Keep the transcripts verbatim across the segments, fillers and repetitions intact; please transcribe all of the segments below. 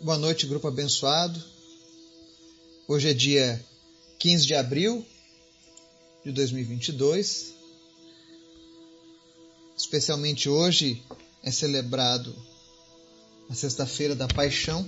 Boa noite, grupo abençoado. Hoje é dia quinze de abril de dois mil e vinte e dois. Especialmente hoje é celebrado a Sexta-feira da Paixão,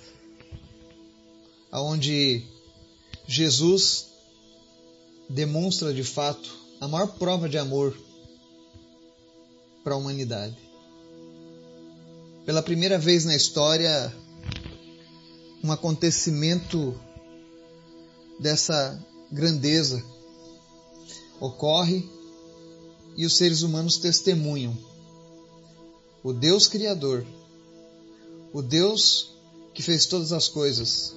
onde Jesus demonstra de fato a maior prova de amor para a humanidade. Pela primeira vez na história, um acontecimento dessa grandeza ocorre e os seres humanos testemunham. O Deus Criador, o Deus que fez todas as coisas,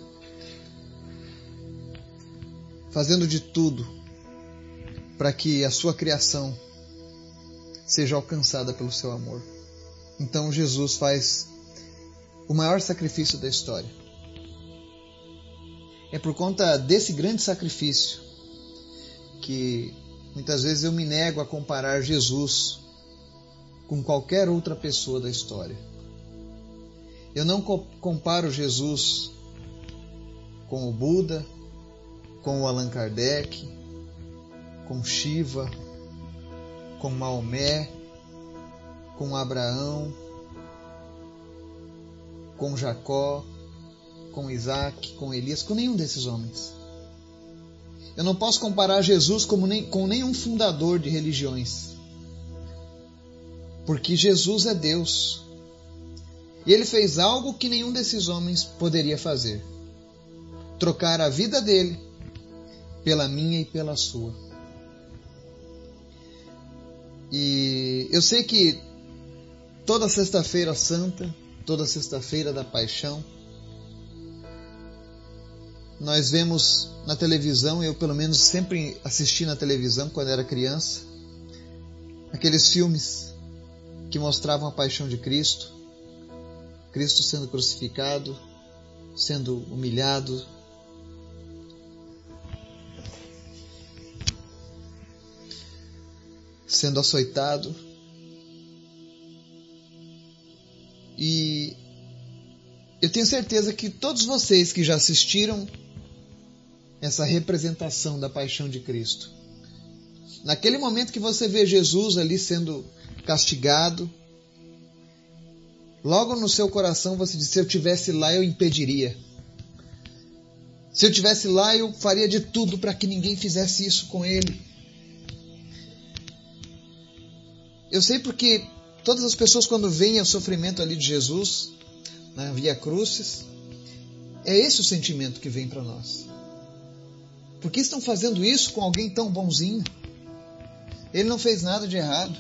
fazendo de tudo para que a sua criação seja alcançada pelo seu amor. Então Jesus faz o maior sacrifício da história. É por conta desse grande sacrifício que muitas vezes eu me nego a comparar Jesus com qualquer outra pessoa da história. Eu não comparo Jesus com o Buda, com o Allan Kardec, com Shiva, com Maomé, com Abraão, com Jacó, com Isaac, com Elias, com nenhum desses homens. Eu não posso comparar Jesus como nem, com nenhum fundador de religiões, porque Jesus é Deus e Ele fez algo que nenhum desses homens poderia fazer: trocar a vida dele pela minha e pela sua. E eu sei que toda sexta-feira santa, toda sexta-feira da paixão, nós vemos na televisão, eu pelo menos sempre assisti na televisão quando era criança, aqueles filmes que mostravam a paixão de Cristo, Cristo sendo crucificado, sendo humilhado, sendo açoitado. E eu tenho certeza que todos vocês que já assistiram essa representação da paixão de Cristo, naquele momento que você vê Jesus ali sendo castigado, logo no seu coração você diz: se eu tivesse lá eu impediria. Se eu tivesse lá eu faria de tudo para que ninguém fizesse isso com ele. Eu sei porque todas as pessoas, quando veem o sofrimento ali de Jesus, na Via Crucis, é esse o sentimento que vem para nós. Por que estão fazendo isso com alguém tão bonzinho? Ele não fez nada de errado.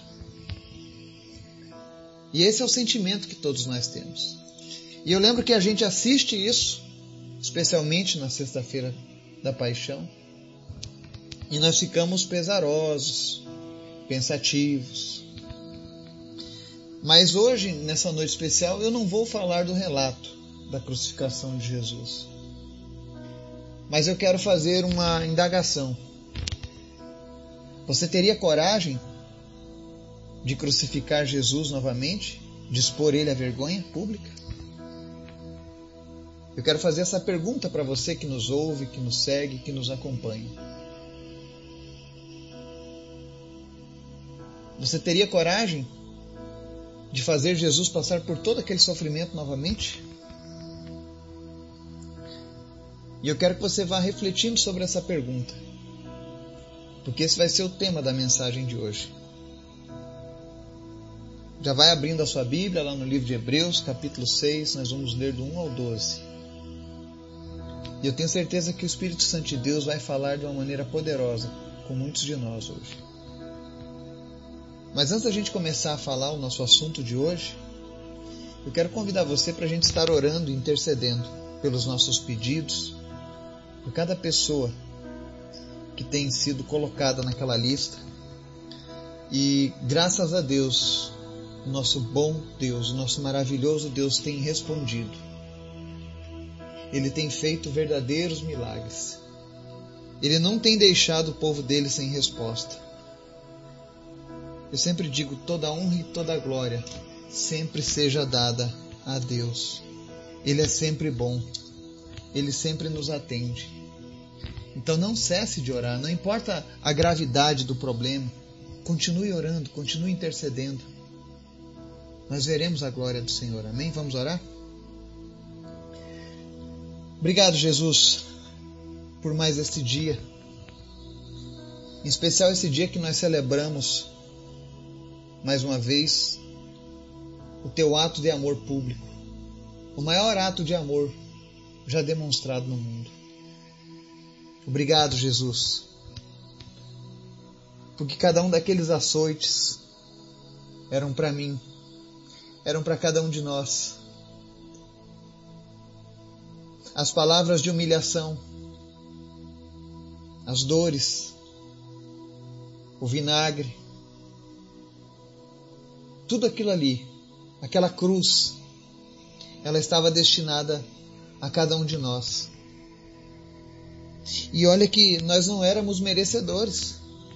E esse é o sentimento que todos nós temos. E eu lembro que a gente assiste isso, especialmente na Sexta-feira da Paixão, e nós ficamos pesarosos, pensativos. Mas hoje, nessa noite especial, eu não vou falar do relato da crucificação de Jesus. Mas eu quero fazer uma indagação. Você teria coragem de crucificar Jesus novamente? De expor ele à vergonha pública? Eu quero fazer essa pergunta para você que nos ouve, que nos segue, que nos acompanha. Você teria coragem de fazer Jesus passar por todo aquele sofrimento novamente? E eu quero que você vá refletindo sobre essa pergunta, porque esse vai ser o tema da mensagem de hoje. Já vai abrindo a sua Bíblia lá no livro de Hebreus, capítulo seis, nós vamos ler do um ao doze. E eu tenho certeza que o Espírito Santo de Deus vai falar de uma maneira poderosa com muitos de nós hoje. Mas antes da gente começar a falar o nosso assunto de hoje, eu quero convidar você para a gente estar orando e intercedendo pelos nossos pedidos, por cada pessoa que tem sido colocada naquela lista. E graças a Deus, o nosso bom Deus, o nosso maravilhoso Deus tem respondido. Ele tem feito verdadeiros milagres. Ele não tem deixado o povo dele sem resposta. Eu sempre digo, toda honra e toda glória sempre seja dada a Deus. Ele é sempre bom. Ele sempre nos atende. Então não cesse de orar, não importa a gravidade do problema. Continue orando, continue intercedendo. Nós veremos a glória do Senhor. Amém? Vamos orar? Obrigado, Jesus, por mais este dia. Em especial esse dia que nós celebramos, mais uma vez, o Teu ato de amor público. O maior ato de amor já demonstrado no mundo. Obrigado, Jesus, porque cada um daqueles açoites eram para mim, eram para cada um de nós. As palavras de humilhação, as dores, o vinagre, tudo aquilo ali, aquela cruz, ela estava destinada a cada um de nós. E olha que nós não éramos merecedores.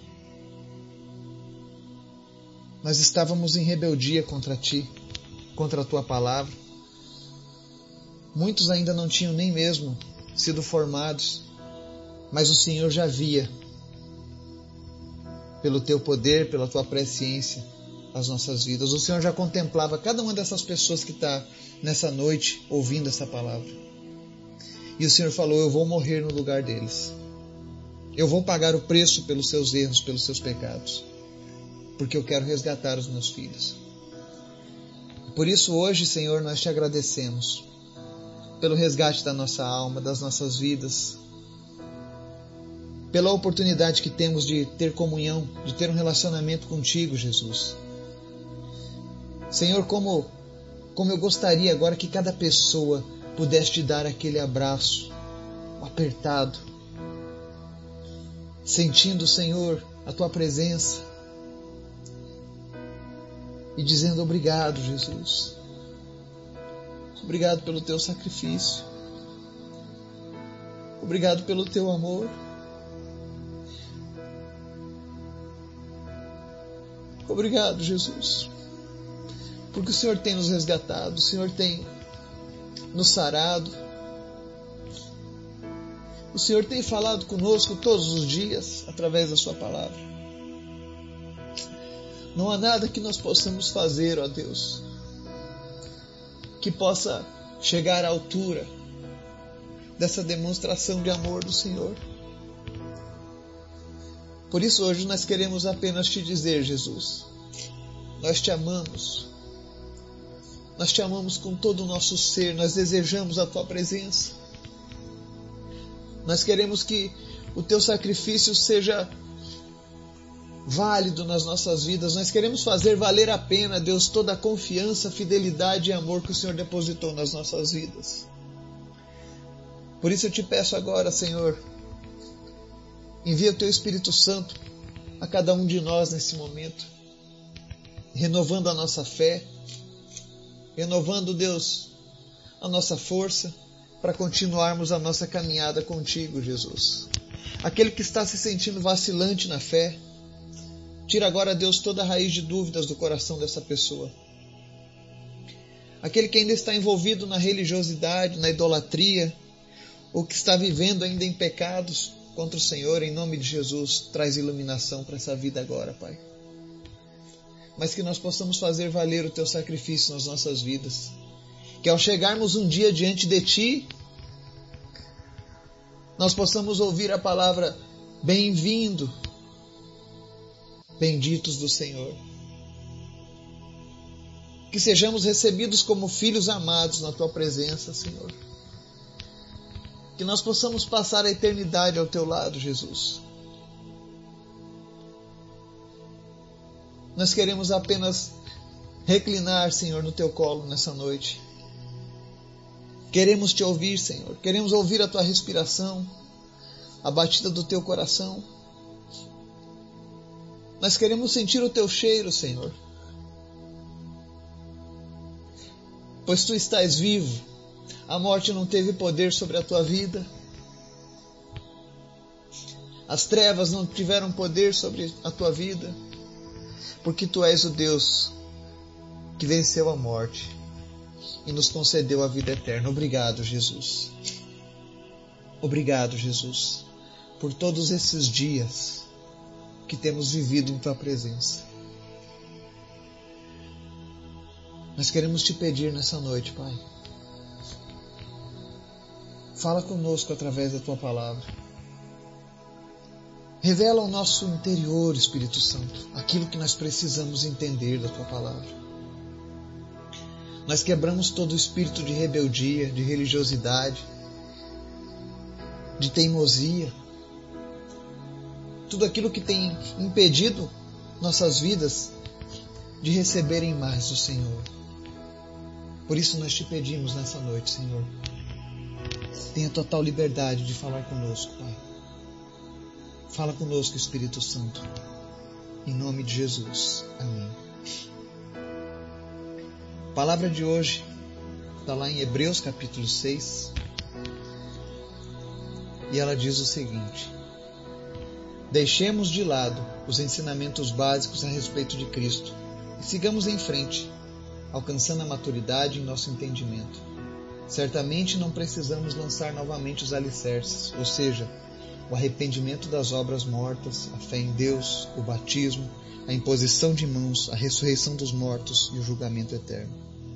Nós estávamos em rebeldia contra Ti, contra a Tua palavra. Muitos ainda não tinham nem mesmo sido formados, mas o Senhor já via, pelo Teu poder, pela Tua presciência, as nossas vidas. O Senhor já contemplava cada uma dessas pessoas que está nessa noite ouvindo essa palavra. E o Senhor falou: eu vou morrer no lugar deles. Eu vou pagar o preço pelos seus erros, pelos seus pecados. Porque eu quero resgatar os meus filhos. Por isso hoje, Senhor, nós Te agradecemos pelo resgate da nossa alma, das nossas vidas, pela oportunidade que temos de ter comunhão, de ter um relacionamento contigo, Jesus. Senhor, como, como eu gostaria agora que cada pessoa pudesse Te dar aquele abraço apertado, sentindo, Senhor, a Tua presença e dizendo: obrigado, Jesus. Obrigado pelo Teu sacrifício. Obrigado pelo Teu amor. Obrigado, Jesus, porque o Senhor tem nos resgatado, o Senhor tem nos sarado, o Senhor tem falado conosco todos os dias através da Sua palavra. Não há nada que nós possamos fazer, ó Deus, que possa chegar à altura dessa demonstração de amor do Senhor. Por isso hoje nós queremos apenas Te dizer, Jesus, nós Te amamos. Nós Te amamos com todo o nosso ser, nós desejamos a Tua presença. Nós queremos que o Teu sacrifício seja válido nas nossas vidas. Nós queremos fazer valer a pena, Deus, toda a confiança, fidelidade e amor que o Senhor depositou nas nossas vidas. Por isso eu Te peço agora, Senhor, envia o Teu Espírito Santo a cada um de nós nesse momento, renovando a nossa fé, renovando, Deus, a nossa força para continuarmos a nossa caminhada contigo, Jesus. Aquele que está se sentindo vacilante na fé, tira agora, Deus, toda a raiz de dúvidas do coração dessa pessoa. Aquele que ainda está envolvido na religiosidade, na idolatria, ou que está vivendo ainda em pecados contra o Senhor, em nome de Jesus, traz iluminação para essa vida agora, Pai. Mas que nós possamos fazer valer o Teu sacrifício nas nossas vidas. Que ao chegarmos um dia diante de Ti, nós possamos ouvir a palavra: bem-vindo, benditos do Senhor. Que sejamos recebidos como filhos amados na Tua presença, Senhor. Que nós possamos passar a eternidade ao Teu lado, Jesus. Nós queremos apenas reclinar, Senhor, no Teu colo nessa noite. Queremos Te ouvir, Senhor. Queremos ouvir a Tua respiração, a batida do Teu coração. Nós queremos sentir o Teu cheiro, Senhor. Pois Tu estás vivo. A morte não teve poder sobre a Tua vida. As trevas não tiveram poder sobre a Tua vida. Porque Tu és o Deus que venceu a morte. e nos concedeu a vida eterna. Obrigado, Jesus. Obrigado, Jesus, por todos esses dias que temos vivido em Tua presença. Nós queremos Te pedir nessa noite, Pai. Fala conosco através da Tua palavra. Revela ao nosso interior, Espírito Santo, aquilo que nós precisamos entender da Tua palavra. Nós quebramos todo o espírito de rebeldia, de religiosidade, de teimosia, tudo aquilo que tem impedido nossas vidas de receberem mais do Senhor. Por isso nós Te pedimos nessa noite, Senhor, tenha total liberdade de falar conosco, Pai. Fala conosco, Espírito Santo, em nome de Jesus. Amém. A palavra de hoje está lá em Hebreus capítulo seis, e ela diz o seguinte: deixemos de lado os ensinamentos básicos a respeito de Cristo e sigamos em frente, alcançando a maturidade em nosso entendimento. Certamente não precisamos lançar novamente os alicerces, ou seja, o arrependimento das obras mortas, a fé em Deus, o batismo, a imposição de mãos, a ressurreição dos mortos e o julgamento eterno.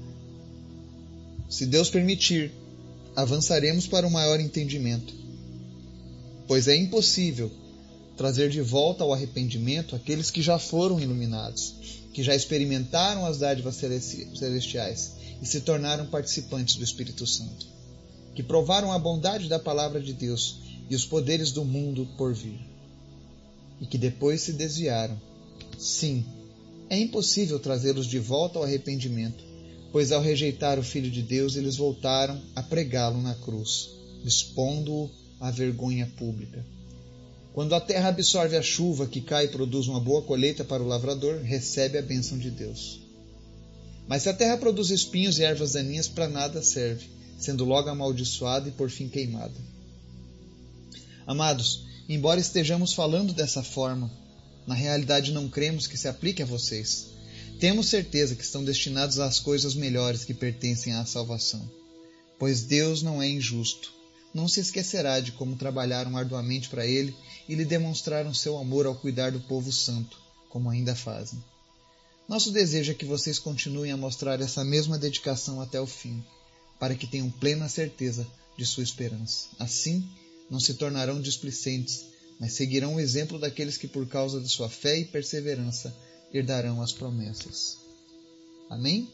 Se Deus permitir, avançaremos para um maior entendimento, pois é impossível trazer de volta ao arrependimento aqueles que já foram iluminados, que já experimentaram as dádivas celestiais e se tornaram participantes do Espírito Santo, que provaram a bondade da palavra de Deus e os poderes do mundo por vir, e que depois se desviaram. Sim, é impossível trazê-los de volta ao arrependimento, pois ao rejeitar o Filho de Deus, eles voltaram a pregá-lo na cruz, expondo-o à vergonha pública. Quando a terra absorve a chuva que cai e produz uma boa colheita para o lavrador, recebe a bênção de Deus. Mas se a terra produz espinhos e ervas daninhas, para nada serve, sendo logo amaldiçoada e por fim queimada. Amados, embora estejamos falando dessa forma, na realidade não cremos que se aplique a vocês. Temos certeza que estão destinados às coisas melhores que pertencem à salvação. Pois Deus não é injusto. Não se esquecerá de como trabalharam arduamente para Ele e lhe demonstraram seu amor ao cuidar do povo santo, como ainda fazem. Nosso desejo é que vocês continuem a mostrar essa mesma dedicação até o fim, para que tenham plena certeza de sua esperança. Assim, não se tornarão displicentes, mas seguirão o exemplo daqueles que, por causa de sua fé e perseverança, herdarão as promessas. Amém?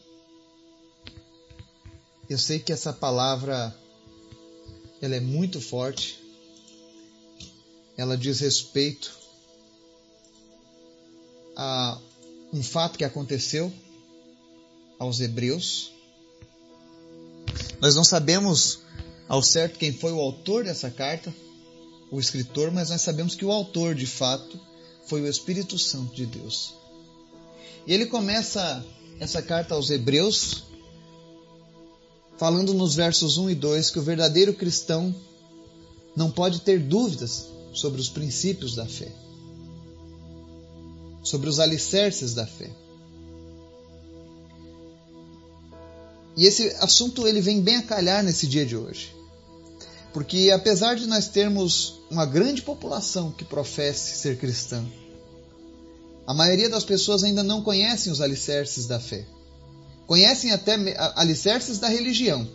Eu sei que essa palavra ela é muito forte. Ela diz respeito a um fato que aconteceu aos hebreus. Nós não sabemos ao certo quem foi o autor dessa carta, o escritor, mas nós sabemos que o autor, de fato, foi o Espírito Santo de Deus. E ele começa essa carta aos hebreus falando nos versos um e dois que o verdadeiro cristão não pode ter dúvidas sobre os princípios da fé, sobre os alicerces da fé. E esse assunto ele vem bem a calhar nesse dia de hoje. Porque apesar de nós termos uma grande população que professe ser cristã, a maioria das pessoas ainda não conhecem os alicerces da fé. Conhecem até alicerces da religião.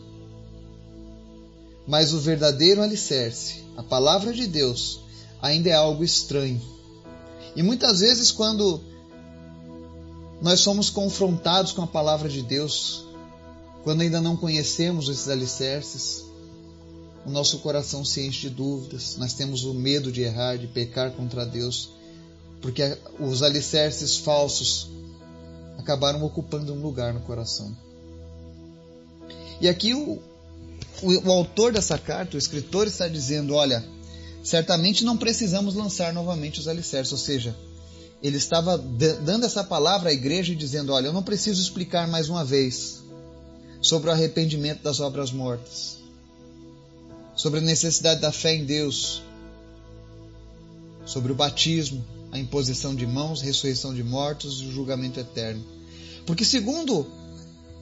Mas o verdadeiro alicerce, a palavra de Deus, ainda é algo estranho. E muitas vezes quando nós somos confrontados com a palavra de Deus, quando ainda não conhecemos esses alicerces, o nosso coração se enche de dúvidas, nós temos o medo de errar, de pecar contra Deus, porque os alicerces falsos acabaram ocupando um lugar no coração. E aqui o, o, o autor dessa carta, o escritor, está dizendo, olha, certamente não precisamos lançar novamente os alicerces, ou seja, ele estava dando essa palavra à igreja e dizendo, olha, eu não preciso explicar mais uma vez sobre o arrependimento das obras mortas, sobre a necessidade da fé em Deus, sobre o batismo, a imposição de mãos, ressurreição de mortos e o julgamento eterno. Porque segundo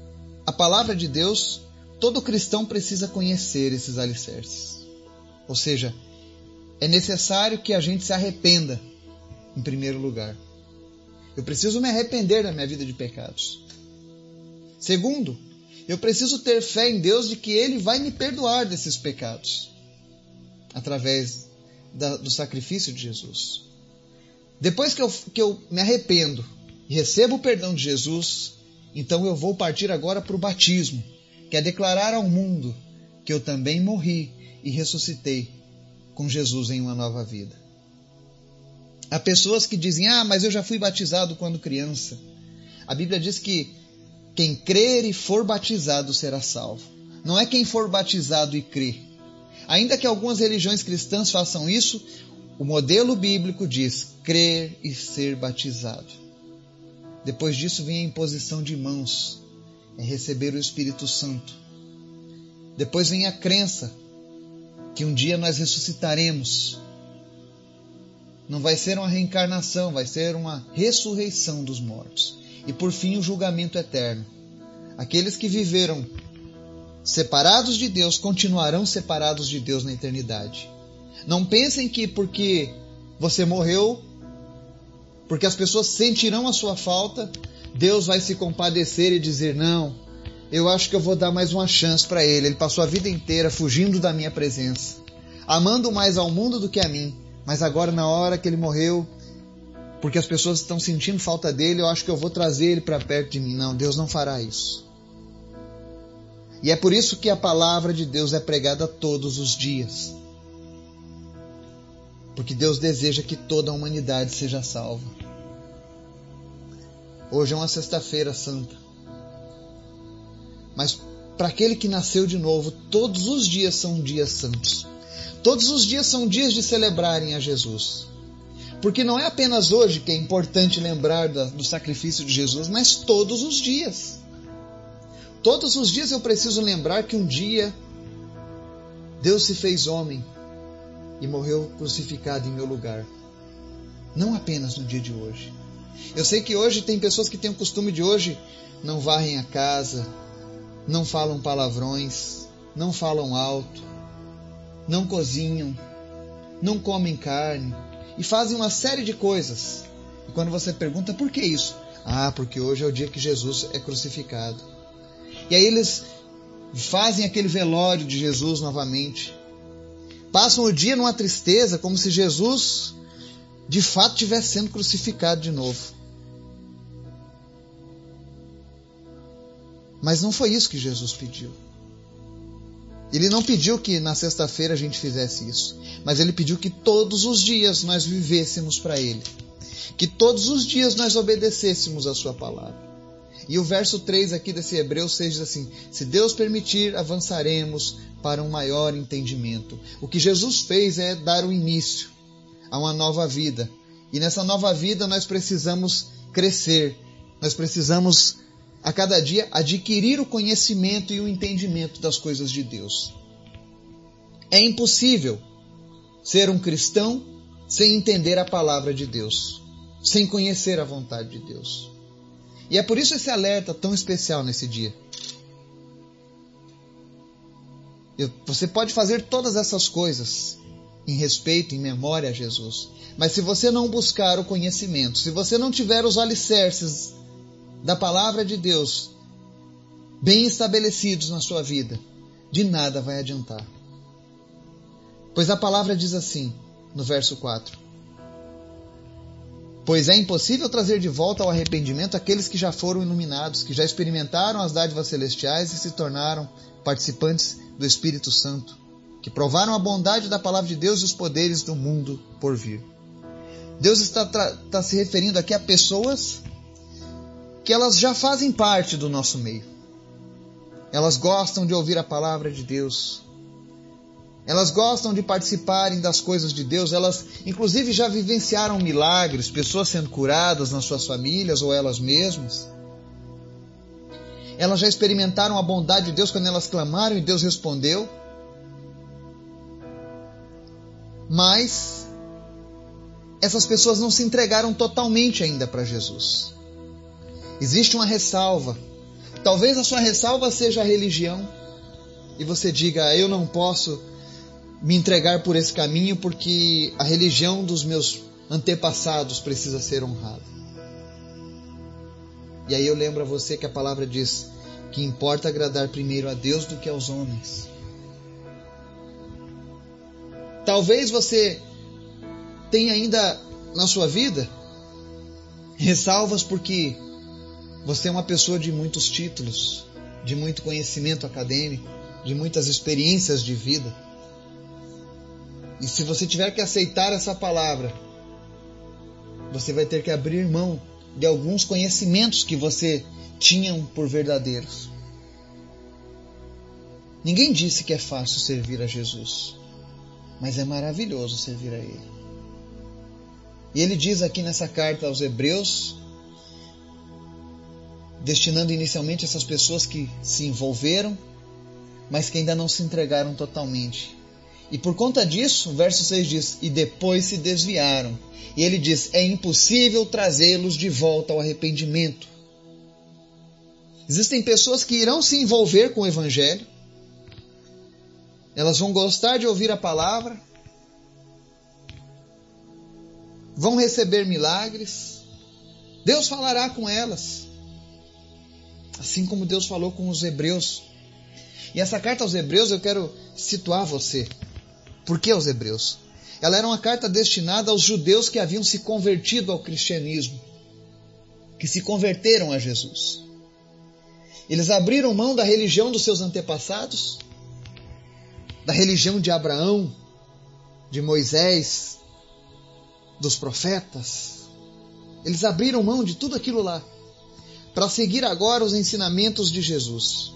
a palavra de Deus, todo cristão precisa conhecer esses alicerces. Ou seja, é necessário que a gente se arrependa, em primeiro lugar. Eu preciso me arrepender da minha vida de pecados. Segundo, eu preciso ter fé em Deus de que Ele vai me perdoar desses pecados, através da, do sacrifício de Jesus. Depois que eu, que eu me arrependo e recebo o perdão de Jesus, então eu vou partir agora para o batismo, que é declarar ao mundo que eu também morri e ressuscitei com Jesus em uma nova vida. Há pessoas que dizem, ah, mas eu já fui batizado quando criança. A Bíblia diz que quem crer e for batizado será salvo. Não é quem for batizado e crer. Ainda que algumas religiões cristãs façam isso, o modelo bíblico diz crer e ser batizado. Depois disso vem a imposição de mãos, é receber o Espírito Santo. Depois vem a crença que um dia nós ressuscitaremos. Não vai ser uma reencarnação, vai ser uma ressurreição dos mortos. E por fim o julgamento eterno. Aqueles que viveram separados de Deus continuarão separados de Deus na eternidade. Não pensem que porque você morreu, porque as pessoas sentirão a sua falta, Deus vai se compadecer e dizer, não, eu acho que eu vou dar mais uma chance para ele. Ele passou a vida inteira fugindo da minha presença, amando mais ao mundo do que a mim. Mas agora, na hora que ele morreu, porque as pessoas estão sentindo falta dele, eu acho que eu vou trazer ele para perto de mim. Não, Deus não fará isso. E é por isso que a palavra de Deus é pregada todos os dias. Porque Deus deseja que toda a humanidade seja salva. Hoje é uma sexta-feira santa. Mas para aquele que nasceu de novo, todos os dias são dias santos. Todos os dias são dias de celebrarem a Jesus. Porque não é apenas hoje que é importante lembrar do sacrifício de Jesus, mas todos os dias. Todos os dias eu preciso lembrar que um dia Deus se fez homem e morreu crucificado em meu lugar. Não apenas no dia de hoje. Eu sei que hoje tem pessoas que têm o costume de hoje não varrem a casa, não falam palavrões, não falam alto, não cozinham, não comem carne e fazem uma série de coisas. E quando você pergunta por que isso? Ah, porque hoje é o dia que Jesus é crucificado. E aí eles fazem aquele velório de Jesus novamente. Passam o dia numa tristeza, como se Jesus de fato estivesse sendo crucificado de novo. Mas não foi isso que Jesus pediu. Ele não pediu que na sexta-feira a gente fizesse isso, mas Ele pediu que todos os dias nós vivêssemos para Ele, que todos os dias nós obedecêssemos a Sua palavra. E o verso três aqui desse Hebreus seis diz assim, se Deus permitir, avançaremos para um maior entendimento. O que Jesus fez é dar o início a uma nova vida, e nessa nova vida nós precisamos crescer, nós precisamos a cada dia adquirir o conhecimento e o entendimento das coisas de Deus. É impossível ser um cristão sem entender a palavra de Deus, sem conhecer a vontade de Deus. E é por isso esse alerta tão especial nesse dia. Eu, você pode fazer todas essas coisas em respeito, em memória a Jesus, mas se você não buscar o conhecimento, se você não tiver os alicerces da palavra de Deus bem estabelecidos na sua vida, de nada vai adiantar. Pois a palavra diz assim, no verso quatro, pois é impossível trazer de volta ao arrependimento aqueles que já foram iluminados, que já experimentaram as dádivas celestiais e se tornaram participantes do Espírito Santo, que provaram a bondade da palavra de Deus e os poderes do mundo por vir. Deus está, está se referindo aqui a pessoas que elas já fazem parte do nosso meio. Elas gostam de ouvir a palavra de Deus. Elas gostam de participarem das coisas de Deus. Elas, inclusive, já vivenciaram milagres, pessoas sendo curadas nas suas famílias ou elas mesmas. Elas já experimentaram a bondade de Deus quando elas clamaram e Deus respondeu. Mas essas pessoas não se entregaram totalmente ainda para Jesus. Existe uma ressalva, Talvez a sua ressalva seja a religião e você diga: eu não posso me entregar por esse caminho porque a religião dos meus antepassados precisa ser honrada. E aí eu lembro a você que a palavra diz que importa agradar primeiro a Deus do que aos homens. Talvez você tenha ainda na sua vida ressalvas porque você é uma pessoa de muitos títulos, de muito conhecimento acadêmico, de muitas experiências de vida. E se você tiver que aceitar essa palavra, você vai ter que abrir mão de alguns conhecimentos que você tinha por verdadeiros. Ninguém disse que é fácil servir a Jesus, mas é maravilhoso servir a Ele. E Ele diz aqui nessa carta aos Hebreus, destinando inicialmente essas pessoas que se envolveram, mas que ainda não se entregaram totalmente. E por conta disso, o verso seis diz: e depois se desviaram. E ele diz: é impossível trazê-los de volta ao arrependimento. Existem pessoas que irão se envolver com o Evangelho, elas vão gostar de ouvir a palavra, vão receber milagres, Deus falará com elas, assim como Deus falou com os hebreus. E essa carta aos Hebreus eu quero situar você. Por que aos Hebreus? Ela era uma carta destinada aos judeus que haviam se convertido ao cristianismo, que se converteram a Jesus. Eles abriram mão da religião dos seus antepassados, da religião de Abraão, de Moisés, dos profetas. Eles abriram mão de tudo aquilo lá, para seguir agora os ensinamentos de Jesus.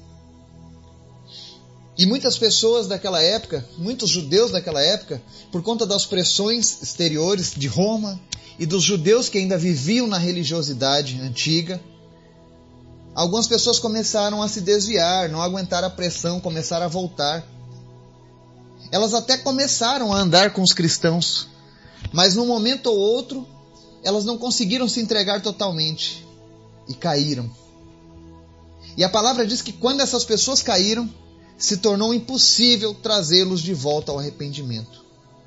E muitas pessoas daquela época, muitos judeus daquela época, por conta das pressões exteriores de Roma e dos judeus que ainda viviam na religiosidade antiga, algumas pessoas começaram a se desviar, não aguentaram a pressão, começaram a voltar. Elas até começaram a andar com os cristãos, mas num momento ou outro, elas não conseguiram se entregar totalmente e caíram. E a palavra diz que quando essas pessoas caíram, se tornou impossível trazê-los de volta ao arrependimento.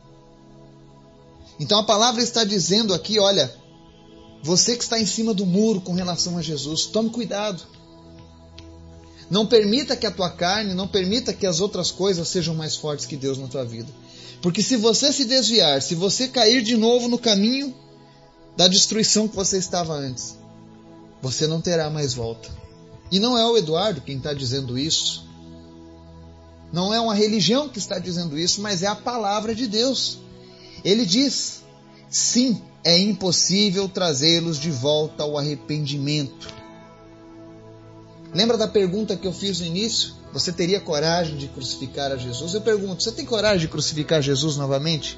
Então a palavra está dizendo aqui, olha, você que está em cima do muro com relação a Jesus, tome cuidado. Não permita que a tua carne, não permita que as outras coisas sejam mais fortes que Deus na tua vida. Porque se você se desviar, se você cair de novo no caminho da destruição que você estava antes, você não terá mais volta. E não é o Eduardo quem está dizendo isso. Não é uma religião que está dizendo isso, mas é a palavra de Deus. Ele diz: sim, é impossível trazê-los de volta ao arrependimento. Lembra da pergunta que eu fiz no início? Você teria coragem de crucificar a Jesus? Eu pergunto, você tem coragem de crucificar Jesus novamente?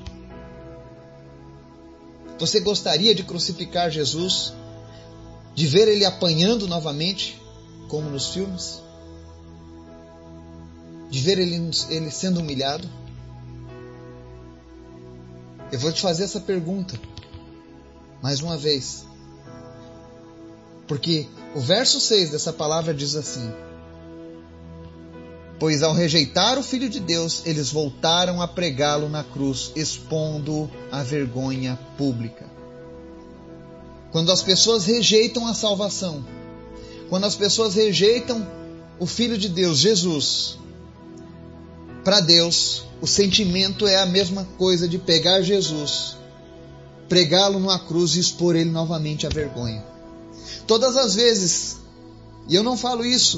Você gostaria de crucificar Jesus? De ver Ele apanhando novamente, como nos filmes? De ver ele, ele sendo humilhado? Eu vou te fazer essa pergunta mais uma vez, porque o verso seis dessa palavra diz assim: pois ao rejeitar o Filho de Deus, eles voltaram a pregá-lo na cruz, expondo-o à vergonha pública. Quando as pessoas rejeitam a salvação, quando as pessoas rejeitam o Filho de Deus, Jesus, para Deus, o sentimento é a mesma coisa de pegar Jesus, pregá-lo numa cruz e expor ele novamente à vergonha. Todas as vezes, e eu não falo isso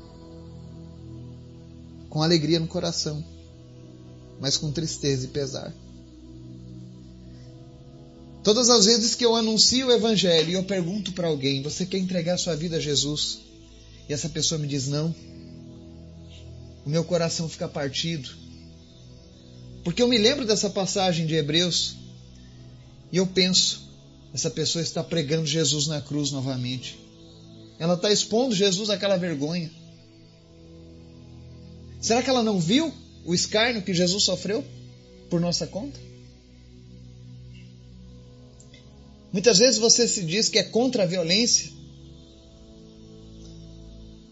com alegria no coração, mas com tristeza e pesar. Todas as vezes que eu anuncio o Evangelho e eu pergunto para alguém: você quer entregar sua vida a Jesus? E essa pessoa me diz não. O meu coração fica partido, porque eu me lembro dessa passagem de Hebreus e eu penso: essa pessoa está pregando Jesus na cruz novamente. Ela está expondo Jesus àquela vergonha. Será que ela não viu o escárnio que Jesus sofreu por nossa conta? Muitas vezes você se diz que é contra a violência,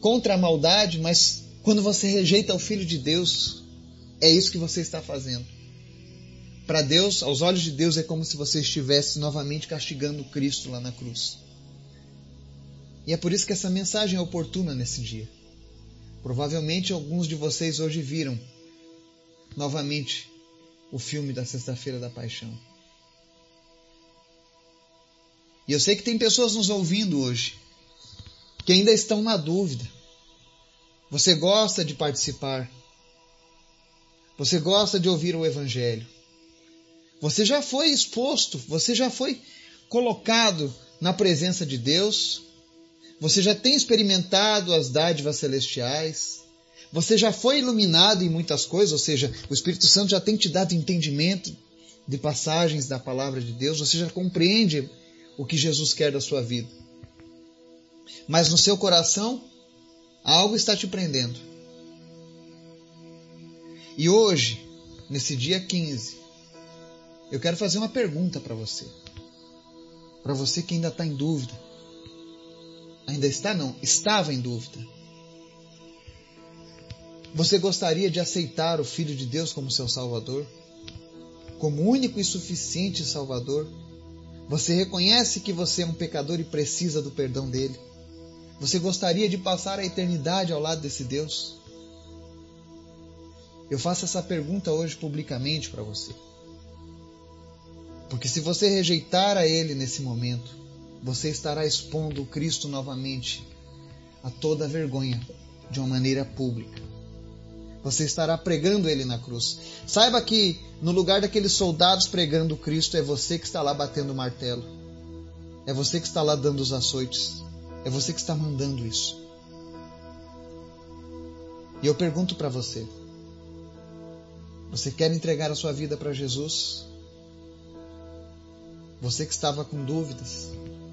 contra a maldade, mas quando você rejeita o Filho de Deus, é isso que você está fazendo. Para Deus, aos olhos de Deus, é como se você estivesse novamente castigando Cristo lá na cruz. E é por isso que essa mensagem é oportuna nesse dia. Provavelmente alguns de vocês hoje viram novamente o filme da Sexta-feira da Paixão. E eu sei que tem pessoas nos ouvindo hoje que ainda estão na dúvida. Você gosta de participar. Você gosta de ouvir o Evangelho. Você já foi exposto, você já foi colocado na presença de Deus. Você já tem experimentado as dádivas celestiais. Você já foi iluminado em muitas coisas, ou seja, o Espírito Santo já tem te dado entendimento de passagens da palavra de Deus. Você já compreende o que Jesus quer da sua vida. Mas no seu coração, algo está te prendendo. E hoje, nesse dia quinze, eu quero fazer uma pergunta para você. Para você que ainda está em dúvida. Ainda está não, estava em dúvida. Você gostaria de aceitar o Filho de Deus como seu Salvador? Como único e suficiente Salvador? Você reconhece que você é um pecador e precisa do perdão dele? Você gostaria de passar a eternidade ao lado desse Deus? Eu faço essa pergunta hoje publicamente para você. Porque se você rejeitar a Ele nesse momento, você estará expondo o Cristo novamente a toda a vergonha de uma maneira pública. Você estará pregando Ele na cruz. Saiba que no lugar daqueles soldados pregando o Cristo, é você que está lá batendo o martelo. É você que está lá dando os açoites. É você que está mandando isso. E eu pergunto para você. Você quer entregar a sua vida para Jesus? Você que estava com dúvidas.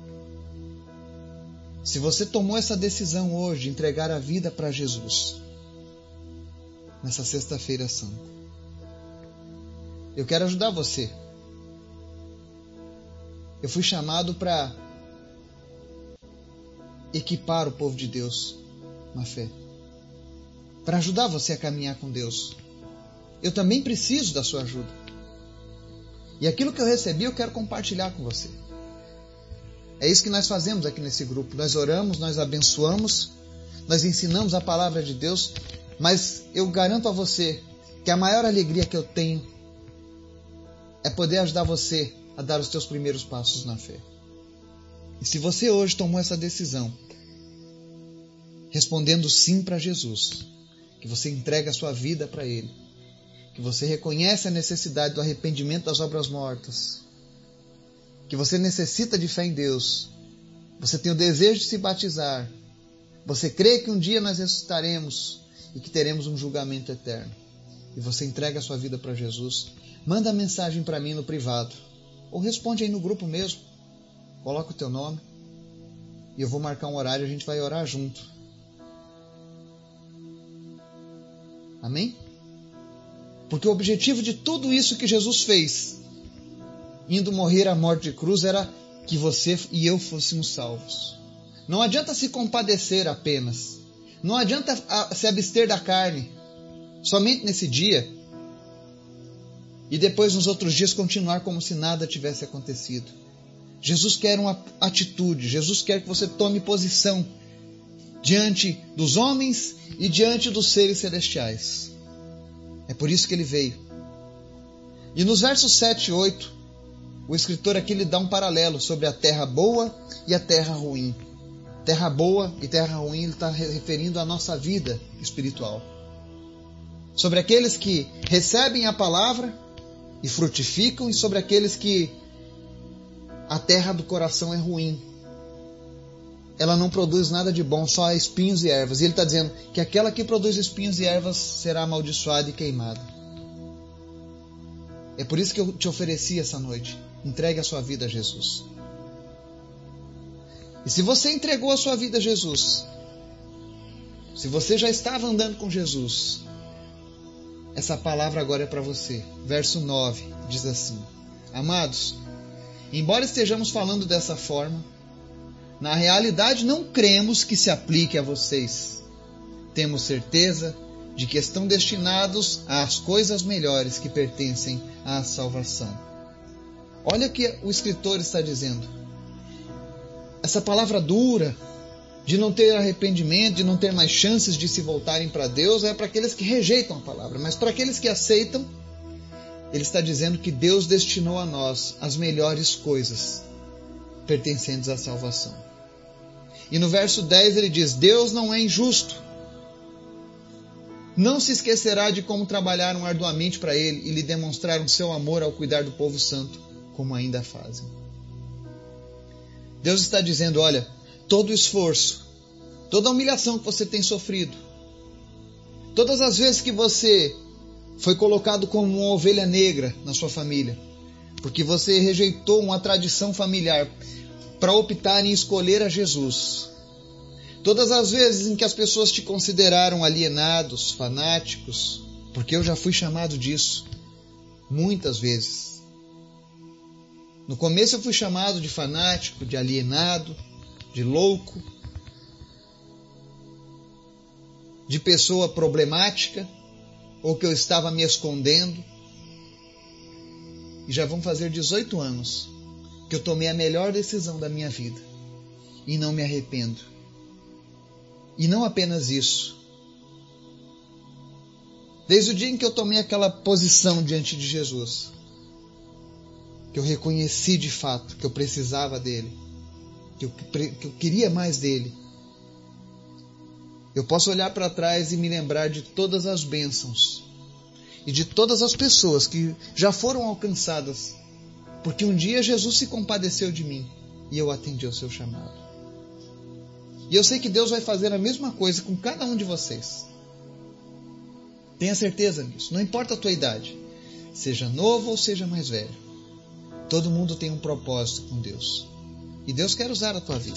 Se você tomou essa decisão hoje de entregar a vida para Jesus, nessa sexta-feira santa, eu quero ajudar você. Eu fui chamado para equipar o povo de Deus na fé, para ajudar você a caminhar com Deus. Eu também preciso da sua ajuda. E aquilo que eu recebi, eu quero compartilhar com você. É isso que nós fazemos aqui nesse grupo. Nós oramos, nós abençoamos, nós ensinamos a palavra de Deus, mas eu garanto a você que a maior alegria que eu tenho é poder ajudar você a dar os teus primeiros passos na fé. E se você hoje tomou essa decisão, respondendo sim para Jesus, que você entrega a sua vida para Ele, que você reconhece a necessidade do arrependimento das obras mortas, que você necessita de fé em Deus, você tem o desejo de se batizar, você crê que um dia nós ressuscitaremos e que teremos um julgamento eterno, e você entrega a sua vida para Jesus, manda mensagem para mim no privado, ou responde aí no grupo mesmo, coloca o teu nome, e eu vou marcar um horário e a gente vai orar junto. Amém? Porque o objetivo de tudo isso que Jesus fez, indo morrer à morte de cruz, era que você e eu fôssemos salvos. Não adianta se compadecer apenas. Não adianta se abster da carne somente nesse dia e depois nos outros dias continuar como se nada tivesse acontecido. Jesus quer uma atitude. Jesus quer que você tome posição diante dos homens e diante dos seres celestiais. É por isso que ele veio. E nos versos sete e oito, o escritor aqui lhe dá um paralelo sobre a terra boa e a terra ruim. Terra boa e terra ruim, ele está referindo à nossa vida espiritual. Sobre aqueles que recebem a palavra e frutificam, e sobre aqueles que a terra do coração é ruim. Ela não produz nada de bom, só espinhos e ervas. E ele está dizendo que aquela que produz espinhos e ervas será amaldiçoada e queimada. É por isso que eu te ofereci essa noite. Entregue a sua vida a Jesus. E se você entregou a sua vida a Jesus, se você já estava andando com Jesus, essa palavra agora é para você. Verso nove diz assim: Amados, embora estejamos falando dessa forma, na realidade não cremos que se aplique a vocês. temos certeza de que estão destinados às coisas melhores que pertencem à salvação. Olha o que o escritor está dizendo. Essa palavra dura, de não ter arrependimento, de não ter mais chances de se voltarem para Deus, é para aqueles que rejeitam a palavra. Mas para aqueles que aceitam, ele está dizendo que Deus destinou a nós as melhores coisas pertencentes à salvação. E no verso dez ele diz: Deus não é injusto. Não se esquecerá de como trabalharam arduamente para Ele e lhe demonstraram seu amor ao cuidar do povo santo, como ainda fazem. Deus está dizendo: olha, todo o esforço, toda a humilhação que você tem sofrido, todas as vezes que você foi colocado como uma ovelha negra na sua família, porque você rejeitou uma tradição familiar para optar em escolher a Jesus, todas as vezes em que as pessoas te consideraram alienados, fanáticos, porque eu já fui chamado disso muitas vezes. No começo eu fui chamado de fanático, de alienado, de louco, de pessoa problemática, ou que eu estava me escondendo. E já vão fazer dezoito anos que eu tomei a melhor decisão da minha vida e não me arrependo. E não apenas isso. Desde o dia em que eu tomei aquela posição diante de Jesus, que eu reconheci de fato que eu precisava dele, que eu, que eu queria mais dele, eu posso olhar para trás e me lembrar de todas as bênçãos e de todas as pessoas que já foram alcançadas, porque um dia Jesus se compadeceu de mim e eu atendi ao seu chamado. E eu sei que Deus vai fazer a mesma coisa com cada um de vocês. Tenha certeza disso. Não importa a tua idade, seja novo ou seja mais velho, todo mundo tem um propósito com Deus. E Deus quer usar a tua vida.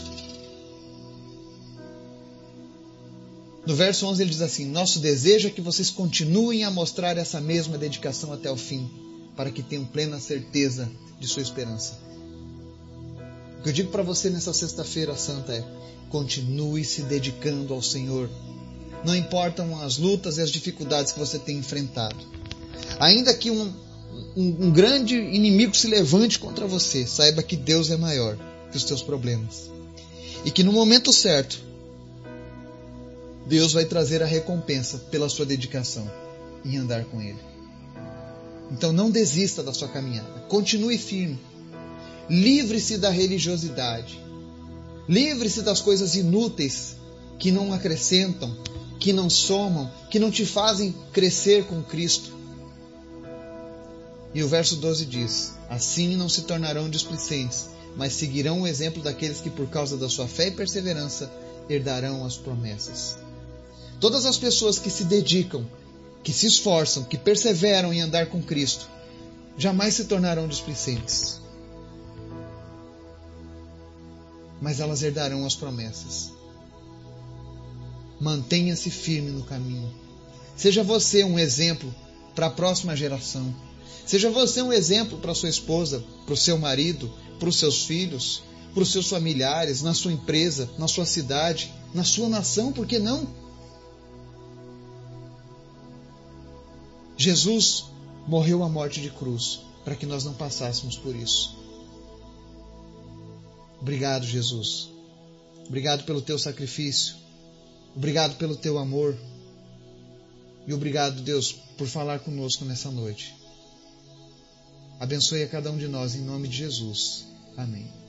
No verso onze ele diz assim: nosso desejo é que vocês continuem a mostrar essa mesma dedicação até o fim, para que tenham plena certeza de sua esperança. O que eu digo para você nessa sexta-feira santa é: continue se dedicando ao Senhor. Não importam as lutas e as dificuldades que você tem enfrentado. Ainda que um, um, um grande inimigo se levante contra você, saiba que Deus é maior que os teus problemas. E que no momento certo, Deus vai trazer a recompensa pela sua dedicação em andar com Ele. Então não desista da sua caminhada. Continue firme. Livre-se da religiosidade. Livre-se das coisas inúteis que não acrescentam, que não somam, que não te fazem crescer com Cristo. E o verso doze diz: assim não se tornarão displicentes, mas seguirão o exemplo daqueles que por causa da sua fé e perseverança herdarão as promessas. Todas as pessoas que se dedicam, que se esforçam, que perseveram em andar com Cristo, jamais se tornarão displicentes, mas elas herdarão as promessas. Mantenha-se firme no caminho. Seja você um exemplo para a próxima geração. Seja você um exemplo para a sua esposa, para o seu marido, para os seus filhos, para os seus familiares, na sua empresa, na sua cidade, na sua nação, por que não? Jesus morreu a morte de cruz para que nós não passássemos por isso. Obrigado, Jesus. Obrigado pelo teu sacrifício. Obrigado pelo teu amor. E obrigado, Deus, por falar conosco nessa noite. Abençoe a cada um de nós em nome de Jesus. Amém.